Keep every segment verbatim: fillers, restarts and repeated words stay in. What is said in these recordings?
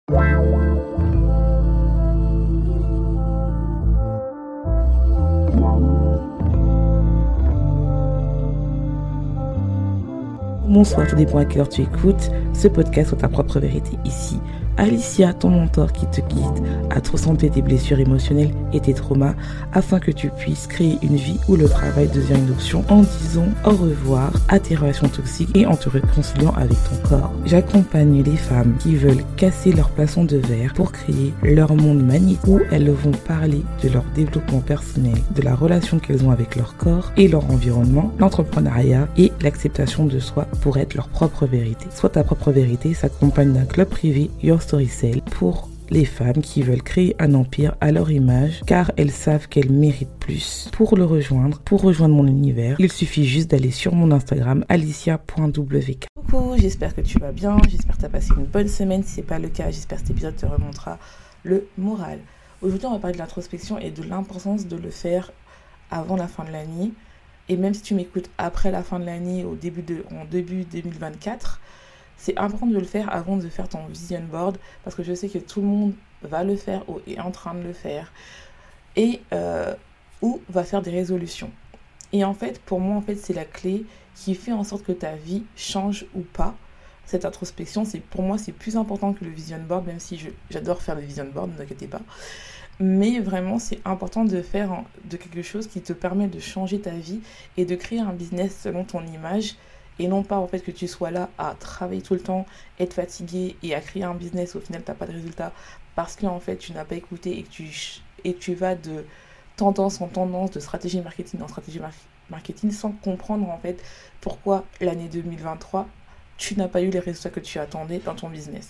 Bonsoir, tout dépend à quelle heure tu écoutes ce podcast sur ta propre vérité. Ici, Alicia, ton mentor qui te guide à transcender tes blessures émotionnelles et tes traumas afin que tu puisses créer une vie où le travail devient une option en disant au revoir à tes relations toxiques et en te réconciliant avec ton corps. J'accompagne les femmes qui veulent casser leur plafond de verre pour créer leur monde magnétique où elles vont parler de leur développement personnel, de la relation qu'elles ont avec leur corps et leur environnement, l'entrepreneuriat et l'acceptation de soi pour être leur propre vérité. Soit ta propre vérité s'accompagne d'un club privé Your Story Cell pour les femmes qui veulent créer un empire à leur image car elles savent qu'elles méritent plus. Pour le rejoindre, pour rejoindre mon univers, il suffit juste d'aller sur mon Instagram alicia point w k. Coucou, j'espère que tu vas bien, j'espère que tu as passé une bonne semaine. Si ce n'est pas le cas, j'espère que cet épisode te remontera le moral. Aujourd'hui, on va parler de l'introspection et de l'importance de le faire avant la fin de l'année. Et même si tu m'écoutes après la fin de l'année, au début de, en début deux mille vingt-quatre, c'est important de le faire avant de faire ton vision board parce que je sais que tout le monde va le faire ou est en train de le faire et euh, ou va faire des résolutions. Et en fait, pour moi, en fait, c'est la clé qui fait en sorte que ta vie change ou pas. Cette introspection, c'est, pour moi, c'est plus important que le vision board, même si je, j'adore faire des vision boards, ne t'inquiétez pas. Mais vraiment, c'est important de faire en, de quelque chose qui te permet de changer ta vie et de créer un business selon ton image. Et non pas en fait que tu sois là à travailler tout le temps, être fatigué et à créer un business, au final tu n'as pas de résultat parce que en fait tu n'as pas écouté et que tu, et tu vas de tendance en tendance, de stratégie marketing en stratégie mar- marketing sans comprendre en fait pourquoi l'année deux mille vingt-trois tu n'as pas eu les résultats que tu attendais dans ton business.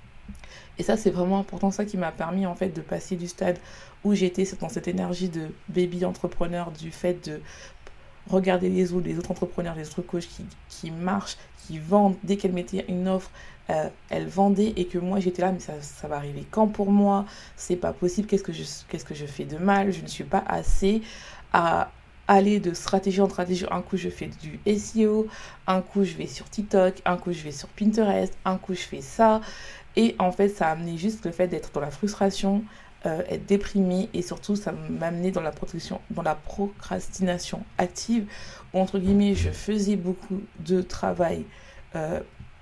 Et ça c'est vraiment important, ça qui m'a permis en fait de passer du stade où j'étais dans cette énergie de baby entrepreneur, du fait de regarder les autres, les autres entrepreneurs, les autres coachs qui, qui marchent, qui vendent. Dès qu'elles mettaient une offre, euh, elles vendaient et que moi j'étais là, mais ça, ça va arriver quand pour moi ? C'est pas possible, qu'est-ce que je, qu'est-ce que je fais de mal ? Je ne suis pas assez à aller de stratégie en stratégie. Un coup je fais du S E O, un coup je vais sur TikTok, un coup je vais sur Pinterest, un coup je fais ça. Et en fait ça a amené juste le fait d'être dans la frustration, Euh, être déprimée et surtout ça m'amenait dans la protection, dans la procrastination active où entre guillemets je faisais beaucoup de travail, euh,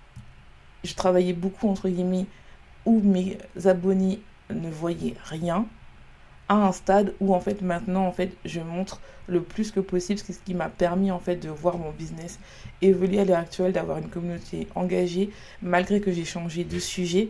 je travaillais beaucoup entre guillemets où mes abonnés ne voyaient rien à un stade où en fait maintenant en fait je montre le plus que possible, ce qui m'a permis en fait de voir mon business évoluer à l'heure actuelle, d'avoir une communauté engagée malgré que j'ai changé de sujet.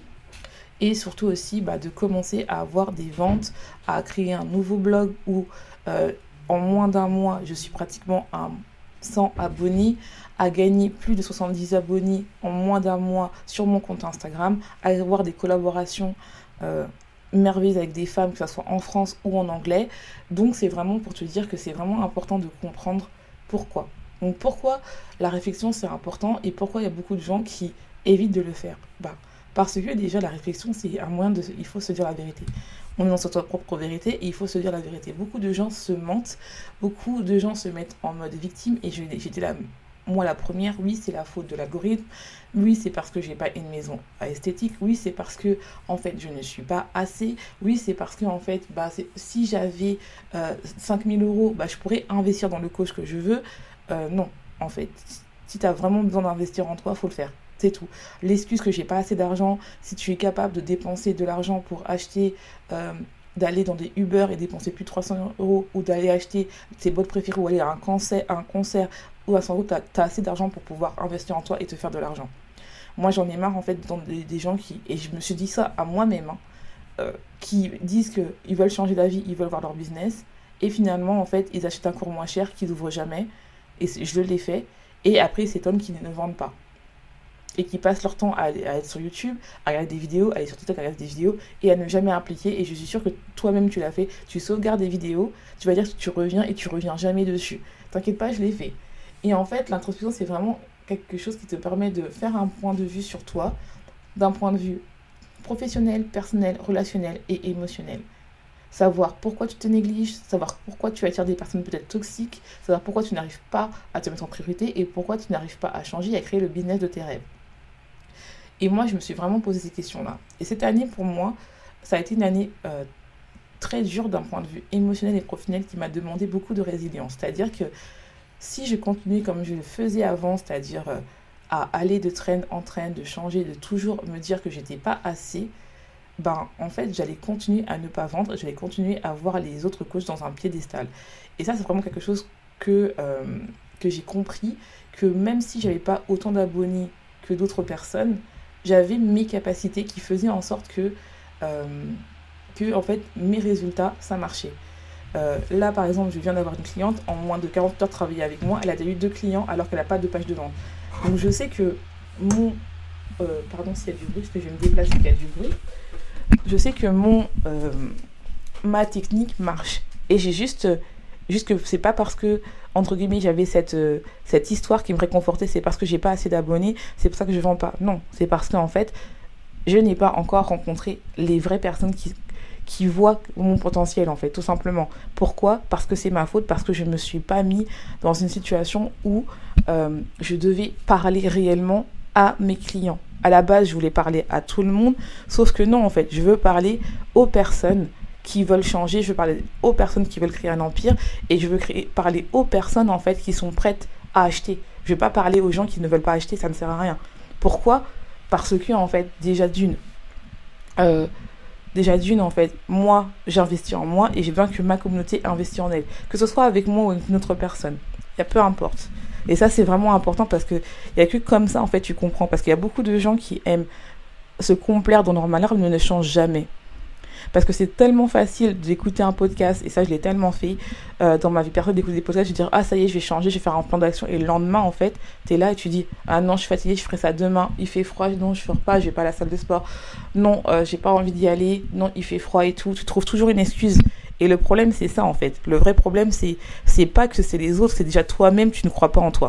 Et surtout aussi bah, de commencer à avoir des ventes, à créer un nouveau blog où euh, en moins d'un mois, je suis pratiquement à cent abonnés, à gagner plus de soixante-dix abonnés en moins d'un mois sur mon compte Instagram, à avoir des collaborations euh, merveilleuses avec des femmes, que ce soit en France ou en anglais. Donc c'est vraiment pour te dire que c'est vraiment important de comprendre pourquoi. Donc pourquoi la réflexion c'est important et pourquoi il y a beaucoup de gens qui évitent de le faire. Bah, Parce que déjà, la réflexion, c'est un moyen de... Il faut se dire la vérité. On est dans sa propre vérité et il faut se dire la vérité. Beaucoup de gens se mentent, beaucoup de gens se mettent en mode victime et je, j'étais là, moi la première, oui, c'est la faute de l'algorithme, oui, c'est parce que j'ai pas une maison esthétique, oui, c'est parce que, en fait, je ne suis pas assez, oui, c'est parce que, en fait, bah, c'est, si j'avais euh, cinq mille euros, bah, je pourrais investir dans le coach que je veux. Euh, non, en fait, si tu as vraiment besoin d'investir en toi, il faut le faire. C'est tout. L'excuse que j'ai pas assez d'argent, si tu es capable de dépenser de l'argent pour acheter, euh, d'aller dans des Uber et dépenser plus de trois cents euros ou d'aller acheter tes bottes préférées ou aller à un concert, à un concert ou à cent euros, tu as assez d'argent pour pouvoir investir en toi et te faire de l'argent. Moi, j'en ai marre en fait dans des, des gens qui, et je me suis dit ça à moi-même, hein, euh, qui disent qu'ils veulent changer d'avis, ils veulent voir leur business et finalement, en fait, ils achètent un cours moins cher qu'ils n'ouvrent jamais et je l'ai fait et après, ils s'étonnent qu'ils ne vendent pas. Et qui passent leur temps à, à être sur YouTube, à regarder des vidéos, à aller sur TikTok, à regarder des vidéos et à ne jamais appliquer. Et je suis sûre que toi-même tu l'as fait. Tu sauvegardes des vidéos, tu vas dire que tu reviens et tu reviens jamais dessus. T'inquiète pas, je l'ai fait. Et en fait, l'introspection, c'est vraiment quelque chose qui te permet de faire un point de vue sur toi, d'un point de vue professionnel, personnel, relationnel et émotionnel. Savoir pourquoi tu te négliges, savoir pourquoi tu attires des personnes peut-être toxiques, savoir pourquoi tu n'arrives pas à te mettre en priorité et pourquoi tu n'arrives pas à changer et à créer le business de tes rêves. Et moi, je me suis vraiment posé ces questions-là. Et cette année, pour moi, ça a été une année euh, très dure d'un point de vue émotionnel et professionnel qui m'a demandé beaucoup de résilience. C'est-à-dire que si je continuais comme je le faisais avant, c'est-à-dire euh, à aller de train en train, de changer, de toujours me dire que j'étais pas assez, ben en fait j'allais continuer à ne pas vendre, j'allais continuer à voir les autres coachs dans un piédestal. Et ça c'est vraiment quelque chose que, euh, que j'ai compris, que même si j'avais pas autant d'abonnés que d'autres personnes, j'avais mes capacités qui faisaient en sorte que, euh, que en fait mes résultats ça marchait. Euh, là, par exemple, je viens d'avoir une cliente, en moins de quarante heures de travailler avec moi, elle a déjà eu deux clients alors qu'elle n'a pas de page de vente. Donc, je sais que mon... Euh, pardon s'il y a du bruit, parce que je vais me déplacer, il y a du bruit. Je sais que mon, euh, ma technique marche. Et j'ai juste... Juste que c'est pas parce que, entre guillemets, j'avais cette, euh, cette histoire qui me réconfortait, c'est parce que j'ai pas assez d'abonnés, c'est pour ça que je vends pas. Non, c'est parce qu'en fait, je n'ai pas encore rencontré les vraies personnes qui... qui voit mon potentiel en fait, tout simplement. Pourquoi ? Parce que c'est ma faute, parce que je ne me suis pas mis dans une situation où euh, je devais parler réellement à mes clients. À la base, je voulais parler à tout le monde, sauf que non en fait, je veux parler aux personnes qui veulent changer, je veux parler aux personnes qui veulent créer un empire et je veux créer, parler aux personnes en fait qui sont prêtes à acheter. Je ne veux pas parler aux gens qui ne veulent pas acheter, ça ne sert à rien. Pourquoi ? Parce que en fait, déjà d'une... Euh, Déjà d'une, en fait, moi, j'investis en moi et j'ai besoin que ma communauté investisse en elle. Que ce soit avec moi ou avec une autre personne. Il y a peu importe. Et ça, c'est vraiment important parce qu'il n'y a que comme ça, en fait, tu comprends. Parce qu'il y a beaucoup de gens qui aiment se complaire dans leur malheur mais ne changent jamais. Parce que c'est tellement facile d'écouter un podcast, et ça je l'ai tellement fait euh, dans ma vie perso, d'écouter des podcasts, je vais dire ah ça y est je vais changer, je vais faire un plan d'action, et le lendemain en fait t'es là et tu dis ah non je suis fatiguée, je ferai ça demain, il fait froid, non je ne ferai pas, je vais pas à la salle de sport, non euh, j'ai pas envie d'y aller, non il fait froid et tout, tu trouves toujours une excuse. Et le problème c'est ça en fait, le vrai problème c'est, c'est pas que c'est les autres, c'est déjà toi-même, tu ne crois pas en toi.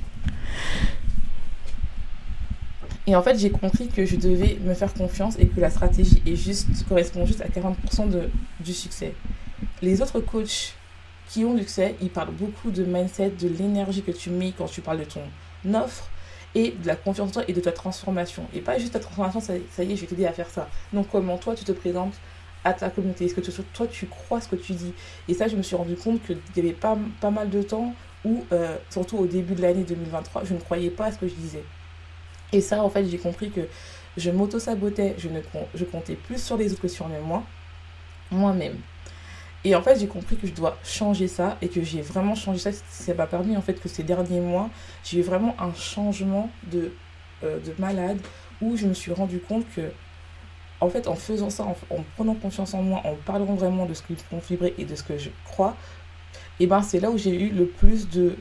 Et en fait, j'ai compris que je devais me faire confiance et que la stratégie est juste, correspond juste à quarante pour cent de, du succès. Les autres coachs qui ont du succès, ils parlent beaucoup de mindset, de l'énergie que tu mets quand tu parles de ton offre et de la confiance en toi et de ta transformation. Et pas juste ta transformation, ça, ça y est, je vais t'aider à faire ça. Donc, comment toi, tu te présentes à ta communauté ? Est-ce que tu, toi, tu crois ce que tu dis ? Et ça, je me suis rendu compte qu'il y avait pas, pas mal de temps où, euh, surtout au début de l'année deux mille vingt-trois, je ne croyais pas à ce que je disais. Et ça, en fait, j'ai compris que je m'auto-sabotais, je, ne, je comptais plus sur les autres que sur moi, moi-même. Et en fait, j'ai compris que je dois changer ça et que j'ai vraiment changé ça. Ça m'a permis, en fait, que ces derniers mois, j'ai eu vraiment un changement de, euh, de malade où je me suis rendu compte que, en fait, en faisant ça, en, en prenant confiance en moi, en parlant vraiment de ce qui me font vibrer et de ce que je crois, et ben c'est là où j'ai eu le plus de...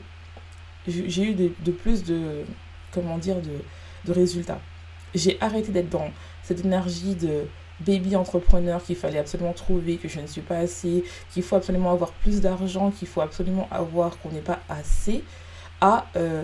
J'ai eu de, de plus de... Comment dire de... de résultats. J'ai arrêté d'être dans cette énergie de baby entrepreneur qu'il fallait absolument trouver, que je ne suis pas assez, qu'il faut absolument avoir plus d'argent, qu'il faut absolument avoir, qu'on n'est pas assez, à euh,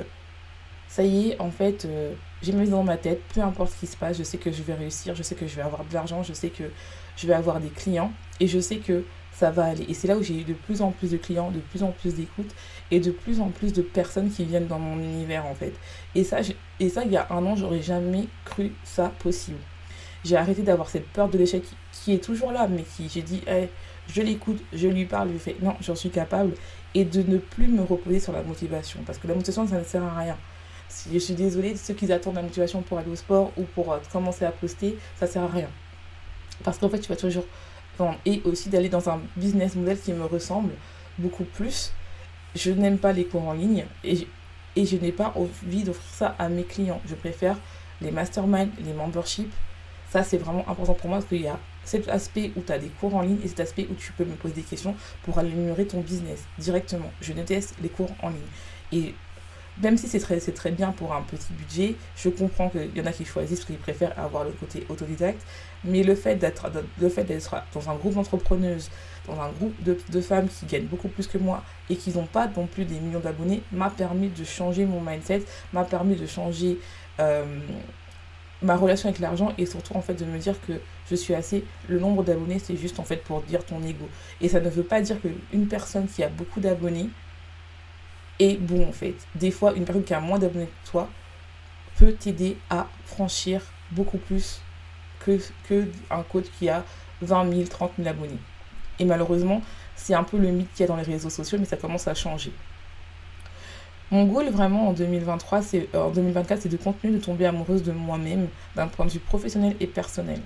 ça y est, en fait, euh, j'ai mis dans ma tête, peu importe ce qui se passe, je sais que je vais réussir, je sais que je vais avoir de l'argent, je sais que je vais avoir des clients et je sais que ça va aller. Et c'est là où j'ai eu de plus en plus de clients, de plus en plus d'écoute et de plus en plus de personnes qui viennent dans mon univers en fait. Et ça, et ça il y a un an, j'aurais jamais cru ça possible. J'ai arrêté d'avoir cette peur de l'échec qui, qui est toujours là, mais qui, j'ai dit, hey, je l'écoute, je lui parle, je lui fais, non, j'en suis capable. Et de ne plus me reposer sur la motivation. Parce que la motivation, ça ne sert à rien. Si, je suis désolée, ceux qui attendent la motivation pour aller au sport ou pour euh, commencer à poster, ça ne sert à rien. Parce qu'en fait, tu vas toujours vendre. Et aussi d'aller dans un business model qui me ressemble beaucoup plus. Je n'aime pas les cours en ligne et, et je n'ai pas envie d'offrir ça à mes clients. Je préfère les masterminds, les memberships. Ça, c'est vraiment important pour moi parce qu'il y a cet aspect où tu as des cours en ligne et cet aspect où tu peux me poser des questions pour améliorer ton business directement. Je déteste les cours en ligne. Et même si c'est très, c'est très bien pour un petit budget, je comprends qu'il y en a qui choisissent parce qu'ils préfèrent avoir le côté autodidacte. Mais le fait d'être, le fait d'être dans un groupe d'entrepreneuses, dans un groupe de, de femmes qui gagnent beaucoup plus que moi et qui n'ont pas non plus des millions d'abonnés, m'a permis de changer mon mindset, m'a permis de changer euh, ma relation avec l'argent et surtout en fait de me dire que je suis assez, le nombre d'abonnés c'est juste en fait pour dire ton ego. Et ça ne veut pas dire qu'une personne qui a beaucoup d'abonnés est bon en fait. Des fois, une personne qui a moins d'abonnés que toi peut t'aider à franchir beaucoup plus que, que un coach qui a vingt mille, trente mille abonnés. Et malheureusement, c'est un peu le mythe qu'il y a dans les réseaux sociaux, mais ça commence à changer. Mon goal vraiment en deux mille vingt-trois, c'est, euh, en deux mille vingt-quatre, c'est de continuer de tomber amoureuse de moi-même d'un point de vue professionnel et personnel.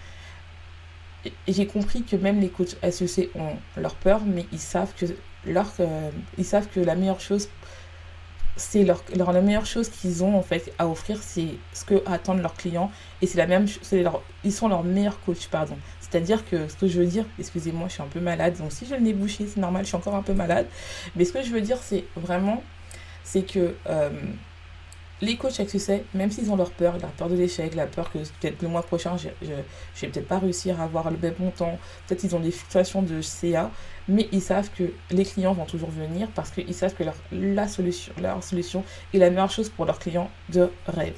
Et j'ai compris que même les coachs S E C ont leur peur, mais ils savent que, leur, euh, ils savent que la meilleure chose, c'est leur, leur, la meilleure chose qu'ils ont en fait à offrir, c'est ce que attendent leurs clients, et c'est la même, c'est leur, ils sont leurs meilleurs coachs, pardon. C'est-à-dire que ce que je veux dire, excusez-moi, je suis un peu malade, donc si je le nez bouché, c'est normal, je suis encore un peu malade, mais ce que je veux dire, c'est vraiment, c'est que euh, les coachs S E C, même s'ils ont leur peur, la peur de l'échec, la peur que peut-être le mois prochain, je, je, je vais peut-être pas réussir à avoir le même montant, peut-être ils ont des fluctuations de C A, mais ils savent que les clients vont toujours venir parce qu'ils savent que leur, la solution, leur solution est la meilleure chose pour leurs clients de rêve.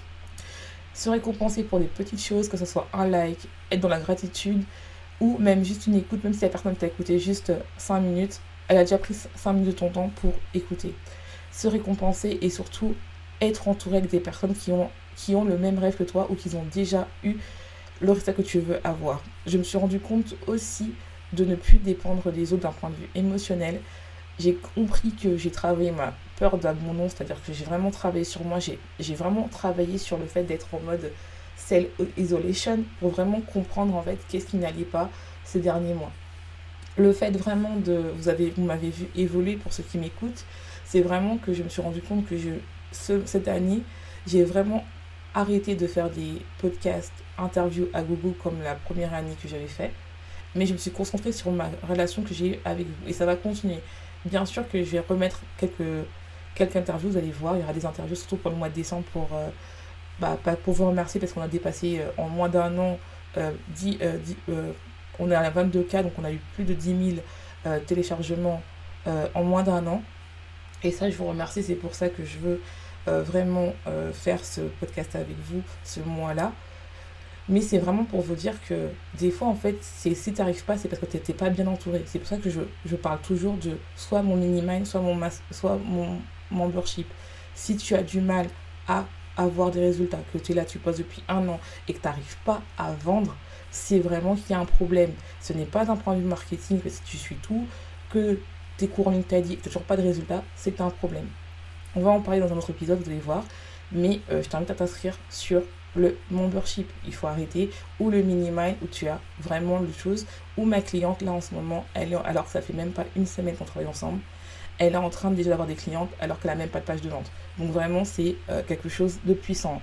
Se récompenser pour des petites choses, que ce soit un like, être dans la gratitude, ou même juste une écoute, même si la personne t'a écouté juste cinq minutes, elle a déjà pris cinq minutes de ton temps pour écouter. Se récompenser et surtout être entouré avec des personnes qui ont, qui ont le même rêve que toi ou qui ont déjà eu le résultat que tu veux avoir. Je me suis rendu compte aussi de ne plus dépendre des autres d'un point de vue émotionnel. J'ai compris que j'ai travaillé ma peur d'abandon, c'est-à-dire que j'ai vraiment travaillé sur moi, j'ai, j'ai vraiment travaillé sur le fait d'être en mode self-isolation pour vraiment comprendre en fait qu'est-ce qui n'allait pas ces derniers mois. Le fait vraiment de, vous, avez, vous m'avez vu évoluer pour ceux qui m'écoutent, c'est vraiment que je me suis rendu compte que je, ce, cette année, j'ai vraiment arrêté de faire des podcasts, interviews à gogo comme la première année que j'avais fait, mais je me suis concentrée sur ma relation que j'ai eue avec vous et ça va continuer. Bien sûr que je vais remettre quelques, quelques interviews, vous allez voir, il y aura des interviews surtout pour le mois de décembre pour, euh, bah, pour vous remercier parce qu'on a dépassé euh, en moins d'un an, euh, dix, euh, dix, euh, on est à la vingt-deux K, donc on a eu plus de dix mille euh, téléchargements euh, en moins d'un an. Et ça, je vous remercie, c'est pour ça que je veux euh, vraiment euh, faire ce podcast avec vous ce mois-là. Mais c'est vraiment pour vous dire que des fois, en fait, c'est, si tu n'arrives pas, c'est parce que tu n'étais pas bien entouré. C'est pour ça que je, je parle toujours de soit mon mini-mind, soit mon, mas- soit mon membership. Si tu as du mal à avoir des résultats, que tu es là, tu poses depuis un an et que tu n'arrives pas à vendre, c'est vraiment qu'il y a un problème. Ce n'est pas d'un point de vue marketing que si tu suis tout, que tes cours en ligne t'a dit et que tu n'as toujours pas de résultats, c'est un problème. On va en parler dans un autre épisode, vous allez voir. Mais euh, je t'invite à t'inscrire sur le membership. Il faut arrêter. Ou le mini-mind où tu as vraiment le chose. Ou ma cliente, là en ce moment, elle est, alors que ça fait même pas une semaine qu'on travaille ensemble, elle est en train de déjà d'avoir des clientes alors qu'elle n'a même pas de page de vente. Donc vraiment, c'est euh, quelque chose de puissant.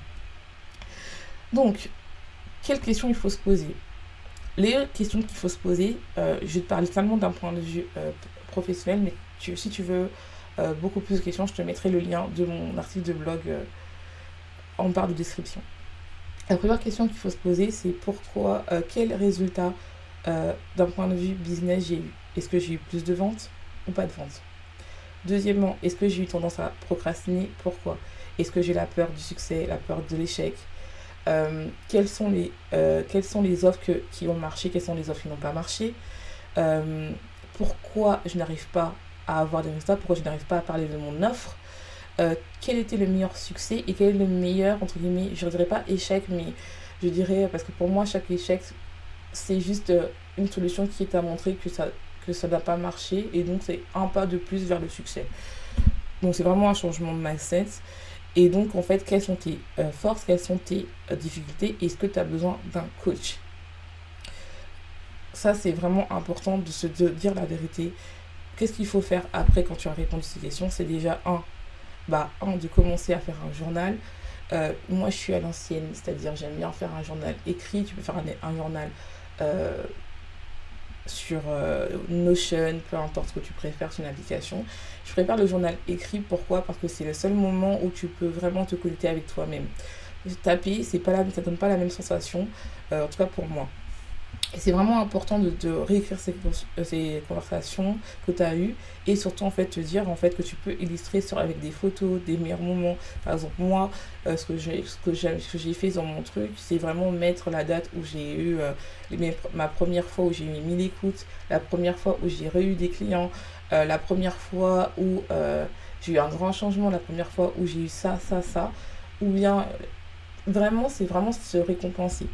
Donc, quelles questions il faut se poser ? Les questions qu'il faut se poser, euh, je vais te parler seulement d'un point de vue euh, professionnel, mais tu, si tu veux euh, beaucoup plus de questions, je te mettrai le lien de mon article de blog euh, en barre de description. La première question qu'il faut se poser, c'est pourquoi, euh, quel résultat euh, d'un point de vue business j'ai eu ? Est-ce que j'ai eu plus de ventes ou pas de ventes ? Deuxièmement, est-ce que j'ai eu tendance à procrastiner ? Pourquoi ? Est-ce que j'ai la peur du succès, la peur de l'échec ? Euh, quelles sont les, euh, quelles sont les offres que, qui ont marché, quelles sont les offres qui n'ont pas marché, euh, pourquoi je n'arrive pas à avoir des résultats, pourquoi je n'arrive pas à parler de mon offre, euh, quel était le meilleur succès et quel est le meilleur, entre guillemets, je ne dirais pas échec, mais je dirais, parce que pour moi, chaque échec, c'est juste une solution qui est à montrer que ça, que ça n'a pas marché et donc c'est un pas de plus vers le succès. Donc c'est vraiment un changement de mindset. Et donc, en fait, quelles sont tes euh, forces, quelles sont tes euh, difficultés, est-ce que tu as besoin d'un coach ? Ça, c'est vraiment important de se de dire la vérité. Qu'est-ce qu'il faut faire après quand tu as répondu à ces questions ? C'est déjà, un, bah, un, de commencer à faire un journal. Euh, moi, je suis à l'ancienne, c'est-à-dire j'aime bien faire un journal écrit. Tu peux faire un, un journal euh, sur euh, Notion, peu importe ce que tu préfères sur une application. Je préfère le journal écrit. Pourquoi ? Parce que c'est le seul moment où tu peux vraiment te connecter avec toi-même. Taper, c'est pas la, ça donne pas la même sensation, euh, en tout cas pour moi. Et c'est vraiment important de, de réécrire ces, ces conversations que tu as eues et surtout en fait te dire en fait que tu peux illustrer sur, avec des photos, des meilleurs moments. Par exemple moi, euh, ce, que j'ai, ce, que j'ai, ce que j'ai fait dans mon truc, c'est vraiment mettre la date où j'ai eu euh, mes, ma première fois où j'ai eu mille écoutes, la première fois où j'ai eu des clients, euh, la première fois où euh, j'ai eu un grand changement, la première fois où j'ai eu ça, ça, ça, ou bien vraiment, c'est vraiment se récompenser.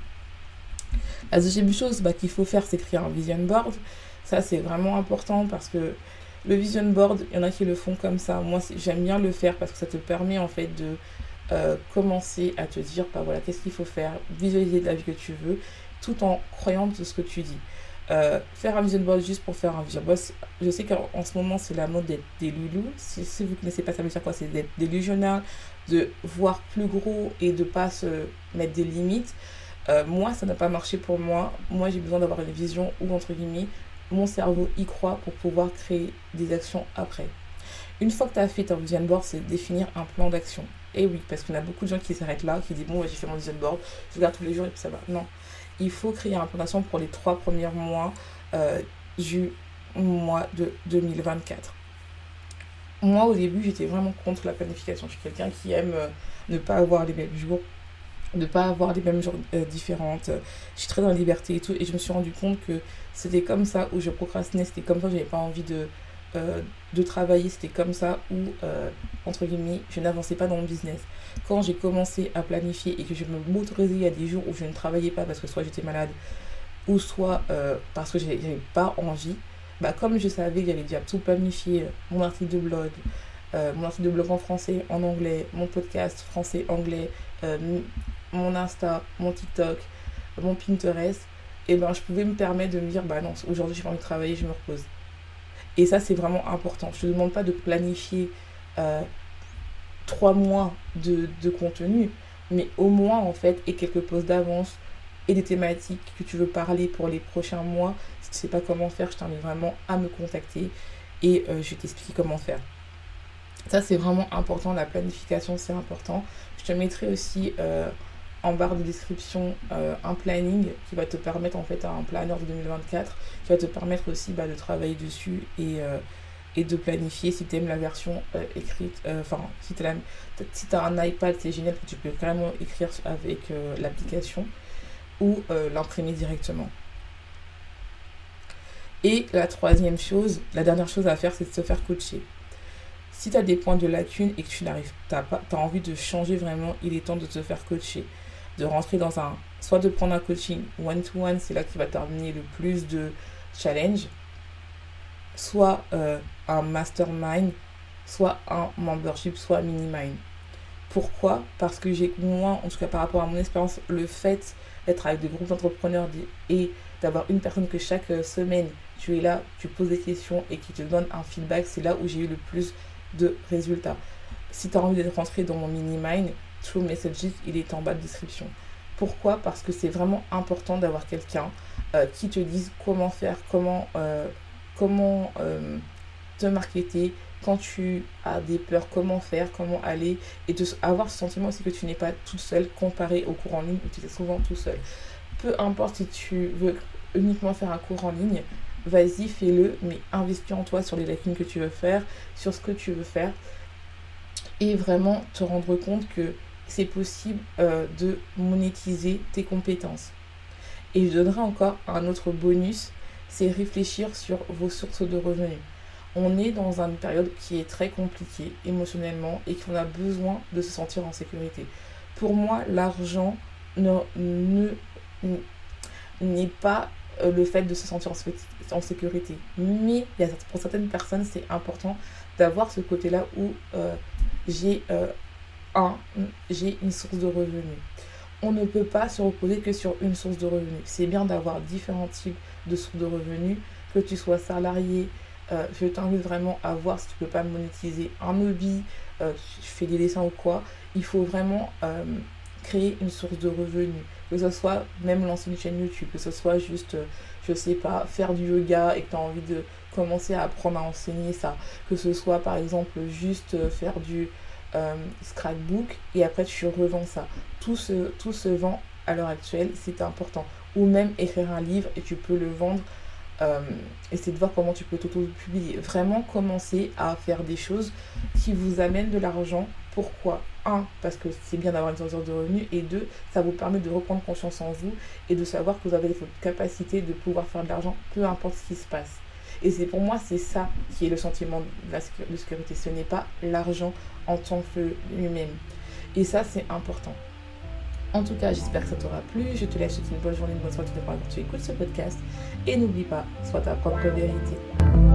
La deuxième chose bah, qu'il faut faire, c'est créer un vision board. Ça, c'est vraiment important parce que le vision board, il y en a qui le font comme ça. Moi, j'aime bien le faire parce que ça te permet en fait de euh, commencer à te dire, bah voilà, qu'est-ce qu'il faut faire, visualiser de la vie que tu veux, tout en croyant de ce que tu dis. Euh, faire un vision board juste pour faire un vision board, je sais qu'en en ce moment, c'est la mode d'être des loulous. Si, si vous ne connaissez pas, ça veut dire quoi? C'est d'être délusionnel, de voir plus gros et de ne pas se mettre des limites. Euh, moi, ça n'a pas marché pour moi. Moi, j'ai besoin d'avoir une vision où, entre guillemets, mon cerveau y croit pour pouvoir créer des actions après. Une fois que tu as fait ton vision board, c'est définir un plan d'action. Et oui, parce qu'il y en a beaucoup de gens qui s'arrêtent là, qui disent bon, j'ai fait mon vision board, je regarde tous les jours et puis ça va. Non, il faut créer un plan d'action pour les trois premiers mois euh, du mois de deux mille vingt-quatre. Moi, au début, j'étais vraiment contre la planification. Je suis quelqu'un qui aime euh, ne pas avoir les mêmes jours, de ne pas avoir les mêmes jours euh, différentes. Je suis très dans la liberté et tout. Et je me suis rendu compte que c'était comme ça où je procrastinais. C'était comme ça où j'avais pas envie de, euh, de travailler. C'était comme ça où, euh, entre guillemets, je n'avançais pas dans mon business. Quand j'ai commencé à planifier et que je m'autorisais à des jours où je ne travaillais pas parce que soit j'étais malade ou soit euh, parce que j'avais pas envie, bah, comme je savais que j'avais déjà tout planifié, mon article de blog, euh, mon article de blog en français, en anglais, mon podcast français, anglais, euh, mon Insta, mon TikTok, mon Pinterest, et ben je pouvais me permettre de me dire bah non, aujourd'hui j'ai pas envie de travailler, je me repose. Et ça c'est vraiment important. Je ne te demande pas de planifier euh, trois mois de, de contenu, mais au moins en fait et quelques pauses d'avance et des thématiques que tu veux parler pour les prochains mois. Si tu ne sais pas comment faire, je t'invite vraiment à me contacter et euh, je vais t'expliquer comment faire. Ça c'est vraiment important, la planification c'est important. Je te mettrai aussi euh, en barre de description euh, un planning qui va te permettre en fait un planner de deux mille vingt-quatre qui va te permettre aussi bah, de travailler dessus et, euh, et de planifier si tu aimes la version euh, écrite. Enfin, euh, si tu as, si as un iPad, c'est génial que tu peux carrément écrire avec euh, l'application ou euh, l'imprimer directement. Et la troisième chose, la dernière chose à faire, c'est de se faire coacher. Si tu as des points de lacune et que tu n'arrives pas, tu as envie de changer vraiment, il est temps de te faire coacher. De rentrer dans un, soit de prendre un coaching one-to-one, c'est là qui va t'amener le plus de challenge, soit euh, un mastermind, soit un membership, soit un mini-mind. Pourquoi ? Parce que j'ai, moi, en tout cas par rapport à mon expérience, le fait d'être avec des groupes d'entrepreneurs et d'avoir une personne que chaque semaine, tu es là, tu poses des questions et qui te donne un feedback, c'est là où j'ai eu le plus de résultats. Si tu as envie de rentrer dans mon mini-mind, True Messages, il est en bas de description. Pourquoi ? Parce que c'est vraiment important d'avoir quelqu'un euh, qui te dise comment faire, comment, euh, comment euh, te marketer, quand tu as des peurs, comment faire, comment aller, et de avoir ce sentiment aussi que tu n'es pas toute seule comparé au cours en ligne où tu es souvent tout seul. Peu importe si tu veux uniquement faire un cours en ligne, vas-y, fais-le, mais investis en toi sur les lacunes que tu veux faire, sur ce que tu veux faire, et vraiment te rendre compte que c'est possible euh, de monétiser tes compétences. Et je donnerai encore un autre bonus, c'est réfléchir sur vos sources de revenus. On est dans une période qui est très compliquée émotionnellement et qu'on a besoin de se sentir en sécurité. Pour moi, l'argent ne, ne, n'est pas le fait de se sentir en sécurité. Mais pour certaines personnes, c'est important d'avoir ce côté-là où euh, j'ai, euh, un, j'ai une source de revenus. On ne peut pas se reposer que sur une source de revenus. C'est bien d'avoir différents types de sources de revenus, que tu sois salarié. Euh, je t'invite vraiment à voir si tu peux pas monétiser un hobby, euh, tu fais des dessins ou quoi. Il faut vraiment euh, créer une source de revenus. Que ce soit même lancer une chaîne YouTube, que ce soit juste, euh, je sais pas, faire du yoga et que tu as envie de commencer à apprendre à enseigner ça. Que ce soit par exemple juste euh, faire du euh, scrapbook et après tu revends ça. Tout se, tout se vend à l'heure actuelle, c'est important. Ou même écrire un livre et tu peux le vendre. Euh, essayer de voir comment tu peux t'auto-publier. Vraiment commencer à faire des choses qui vous amènent de l'argent. Pourquoi ? Un, parce que c'est bien d'avoir une source de revenus. Et deux, ça vous permet de reprendre confiance en vous et de savoir que vous avez votre capacité de pouvoir faire de l'argent, peu importe ce qui se passe. Et c'est pour moi, c'est ça qui est le sentiment de la de sécurité. Ce n'est pas l'argent en tant que lui-même. Et ça, c'est important. En tout cas, j'espère que ça t'aura plu. Je te laisse une bonne journée, une bonne soirée, tout dépend quand tu écoutes ce podcast. Et n'oublie pas, sois ta propre vérité.